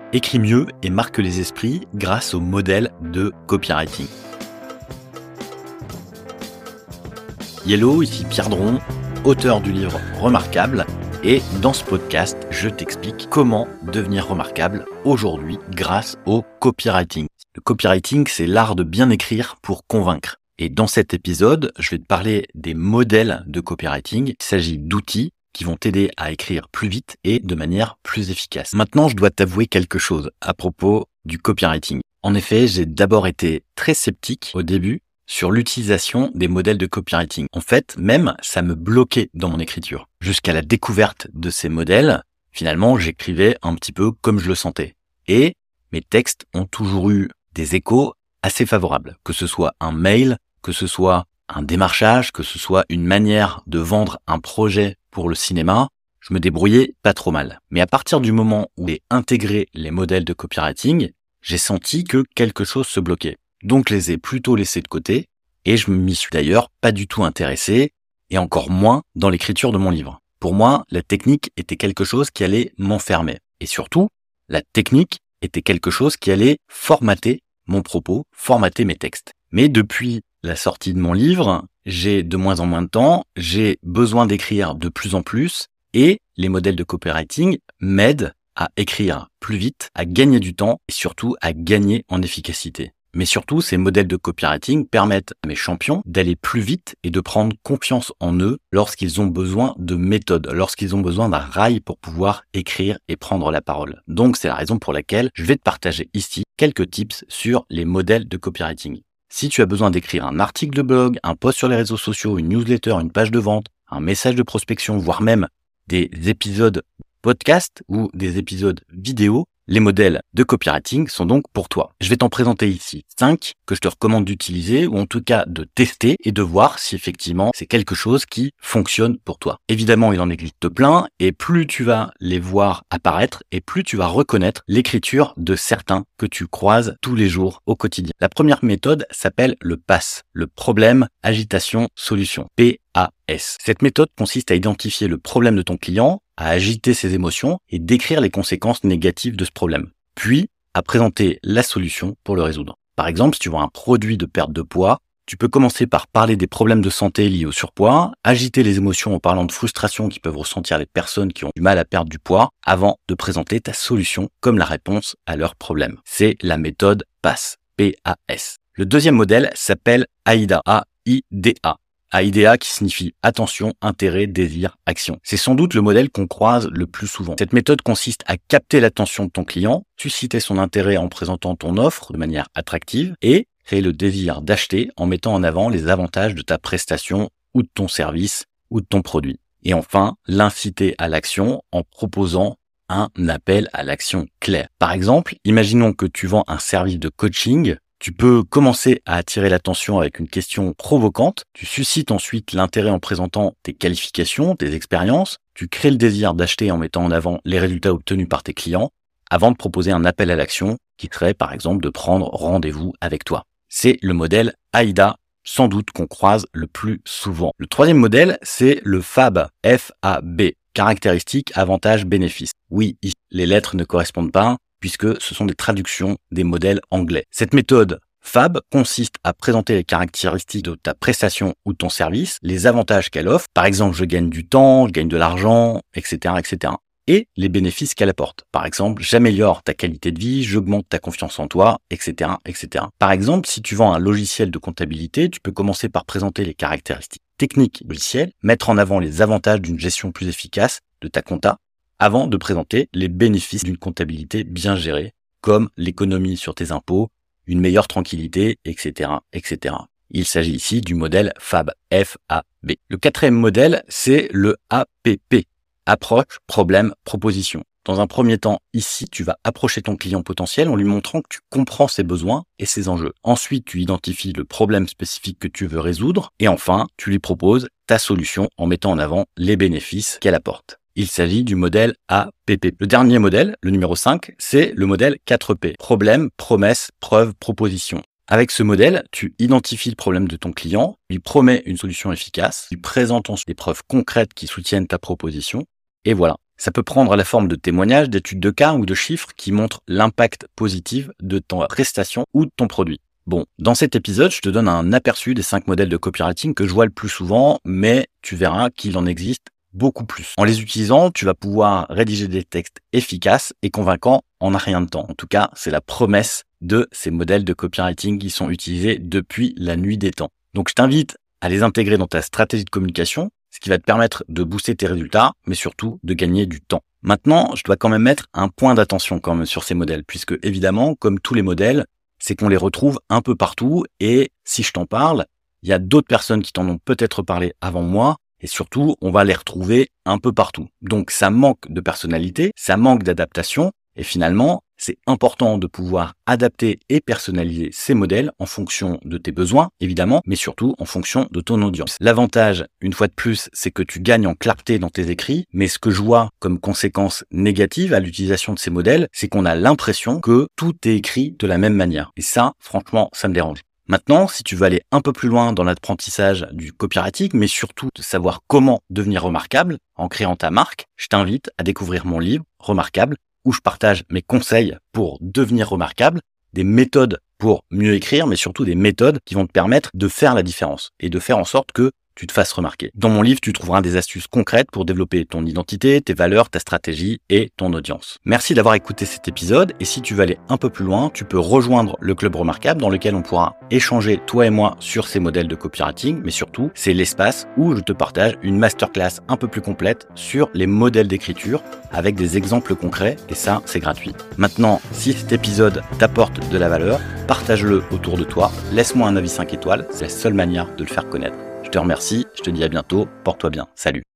écrit mieux et marque les esprits grâce au modèle de copywriting. Hello, ici Pierre Dron, auteur du livre Remarquable, et dans ce podcast, je t'explique comment devenir remarquable aujourd'hui grâce au copywriting. Le copywriting, c'est l'art de bien écrire pour convaincre. Et dans cet épisode, je vais te parler des modèles de copywriting. Il s'agit d'outils qui vont t'aider à écrire plus vite et de manière plus efficace. Maintenant, je dois t'avouer quelque chose à propos du copywriting. En effet, j'ai d'abord été très sceptique au début sur l'utilisation des modèles de copywriting. En fait, même, ça me bloquait dans mon écriture. Jusqu'à la découverte de ces modèles, finalement, j'écrivais un petit peu comme je le sentais. Et mes textes ont toujours eu des échos assez favorables. Que ce soit un mail, que ce soit un démarchage, que ce soit une manière de vendre un projet pour le cinéma, je me débrouillais pas trop mal. Mais à partir du moment où j'ai intégré les modèles de copywriting, j'ai senti que quelque chose se bloquait. Donc, je les ai plutôt laissés de côté et je m'y suis d'ailleurs pas du tout intéressé et encore moins dans l'écriture de mon livre. Pour moi, la technique était quelque chose qui allait m'enfermer. Et surtout, la technique était quelque chose qui allait formater mon propos, formater mes textes. Mais depuis la sortie de mon livre, j'ai de moins en moins de temps, j'ai besoin d'écrire de plus en plus et les modèles de copywriting m'aident à écrire plus vite, à gagner du temps et surtout à gagner en efficacité. Mais surtout, ces modèles de copywriting permettent à mes champions d'aller plus vite et de prendre confiance en eux lorsqu'ils ont besoin de méthodes, lorsqu'ils ont besoin d'un rail pour pouvoir écrire et prendre la parole. Donc, c'est la raison pour laquelle je vais te partager ici quelques tips sur les modèles de copywriting. Si tu as besoin d'écrire un article de blog, un post sur les réseaux sociaux, une newsletter, une page de vente, un message de prospection, voire même des épisodes podcast ou des épisodes vidéo, les modèles de copywriting sont donc pour toi. Je vais t'en présenter ici 5 que je te recommande d'utiliser ou en tout cas de tester et de voir si effectivement c'est quelque chose qui fonctionne pour toi. Évidemment, il en existe plein et plus tu vas les voir apparaître et plus tu vas reconnaître l'écriture de certains que tu croises tous les jours au quotidien. La première méthode s'appelle le PASS, le problème, agitation, solution. PAS. Cette méthode consiste à identifier le problème de ton client, à agiter ses émotions et décrire les conséquences négatives de ce problème, puis à présenter la solution pour le résoudre. Par exemple, si tu vends un produit de perte de poids, tu peux commencer par parler des problèmes de santé liés au surpoids, agiter les émotions en parlant de frustration qui peuvent ressentir les personnes qui ont du mal à perdre du poids, avant de présenter ta solution comme la réponse à leurs problèmes. C'est la méthode PAS, P-A-S. Le deuxième modèle s'appelle AIDA, A-I-D-A. AIDA qui signifie attention, intérêt, désir, action. C'est sans doute le modèle qu'on croise le plus souvent. Cette méthode consiste à capter l'attention de ton client, susciter son intérêt en présentant ton offre de manière attractive et créer le désir d'acheter en mettant en avant les avantages de ta prestation ou de ton service ou de ton produit. Et enfin, l'inciter à l'action en proposant un appel à l'action clair. Par exemple, imaginons que tu vends un service de coaching. Tu peux commencer à attirer l'attention avec une question provocante. Tu suscites ensuite l'intérêt en présentant tes qualifications, tes expériences. Tu crées le désir d'acheter en mettant en avant les résultats obtenus par tes clients avant de proposer un appel à l'action qui serait par exemple de prendre rendez-vous avec toi. C'est le modèle AIDA, sans doute qu'on croise le plus souvent. Le troisième modèle, c'est le FAB, F-A-B, caractéristiques, avantages, bénéfices. Oui, ici, les lettres ne correspondent pas, puisque ce sont des traductions des modèles anglais. Cette méthode FAB consiste à présenter les caractéristiques de ta prestation ou de ton service, les avantages qu'elle offre, par exemple je gagne du temps, je gagne de l'argent, etc., etc., et les bénéfices qu'elle apporte. Par exemple, j'améliore ta qualité de vie, j'augmente ta confiance en toi, etc., etc. Par exemple, si tu vends un logiciel de comptabilité, tu peux commencer par présenter les caractéristiques techniques du logiciel, mettre en avant les avantages d'une gestion plus efficace de ta compta, avant de présenter les bénéfices d'une comptabilité bien gérée, comme l'économie sur tes impôts, une meilleure tranquillité, etc., etc. Il s'agit ici du modèle FAB, F-A-B. Le quatrième modèle, c'est le APP, approche, problème, proposition. Dans un premier temps, ici, tu vas approcher ton client potentiel en lui montrant que tu comprends ses besoins et ses enjeux. Ensuite, tu identifies le problème spécifique que tu veux résoudre et enfin, tu lui proposes ta solution en mettant en avant les bénéfices qu'elle apporte. Il s'agit du modèle APP. Le dernier modèle, le numéro 5, c'est le modèle 4P. Problème, promesse, preuve, proposition. Avec ce modèle, tu identifies le problème de ton client, lui promets une solution efficace, lui présentes ensuite des preuves concrètes qui soutiennent ta proposition, et voilà. Ça peut prendre la forme de témoignages, d'études de cas ou de chiffres qui montrent l'impact positif de ta prestation ou de ton produit. Bon, dans cet épisode, je te donne un aperçu des 5 modèles de copywriting que je vois le plus souvent, mais tu verras qu'il en existe beaucoup plus. En les utilisant, tu vas pouvoir rédiger des textes efficaces et convaincants en un rien de temps. En tout cas, c'est la promesse de ces modèles de copywriting qui sont utilisés depuis la nuit des temps. Donc, je t'invite à les intégrer dans ta stratégie de communication, ce qui va te permettre de booster tes résultats, mais surtout de gagner du temps. Maintenant, je dois quand même mettre un point d'attention quand même sur ces modèles, puisque évidemment, comme tous les modèles, c'est qu'on les retrouve un peu partout et si je t'en parle, il y a d'autres personnes qui t'en ont peut-être parlé avant moi et surtout, on va les retrouver un peu partout. Donc, ça manque de personnalité, ça manque d'adaptation et finalement, c'est important de pouvoir adapter et personnaliser ces modèles en fonction de tes besoins, évidemment, mais surtout en fonction de ton audience. L'avantage, une fois de plus, c'est que tu gagnes en clarté dans tes écrits, mais ce que je vois comme conséquence négative à l'utilisation de ces modèles, c'est qu'on a l'impression que tout est écrit de la même manière. Et ça, franchement, ça me dérange. Maintenant, si tu veux aller un peu plus loin dans l'apprentissage du copywriting, mais surtout de savoir comment devenir remarquable en créant ta marque, je t'invite à découvrir mon livre « Remarquable » où je partage mes conseils pour devenir remarquable, des méthodes pour mieux écrire, mais surtout des méthodes qui vont te permettre de faire la différence et de faire en sorte que tu te fasses remarquer. Dans mon livre, tu trouveras des astuces concrètes pour développer ton identité, tes valeurs, ta stratégie et ton audience. Merci d'avoir écouté cet épisode et si tu veux aller un peu plus loin, tu peux rejoindre le Club Remarquable dans lequel on pourra échanger toi et moi sur ces modèles de copywriting, mais surtout, c'est l'espace où je te partage une masterclass un peu plus complète sur les modèles d'écriture avec des exemples concrets et ça, c'est gratuit. Maintenant, si cet épisode t'apporte de la valeur, partage-le autour de toi, laisse-moi un avis 5 étoiles, c'est la seule manière de le faire connaître. Je te remercie, je te dis à bientôt, porte-toi bien, salut.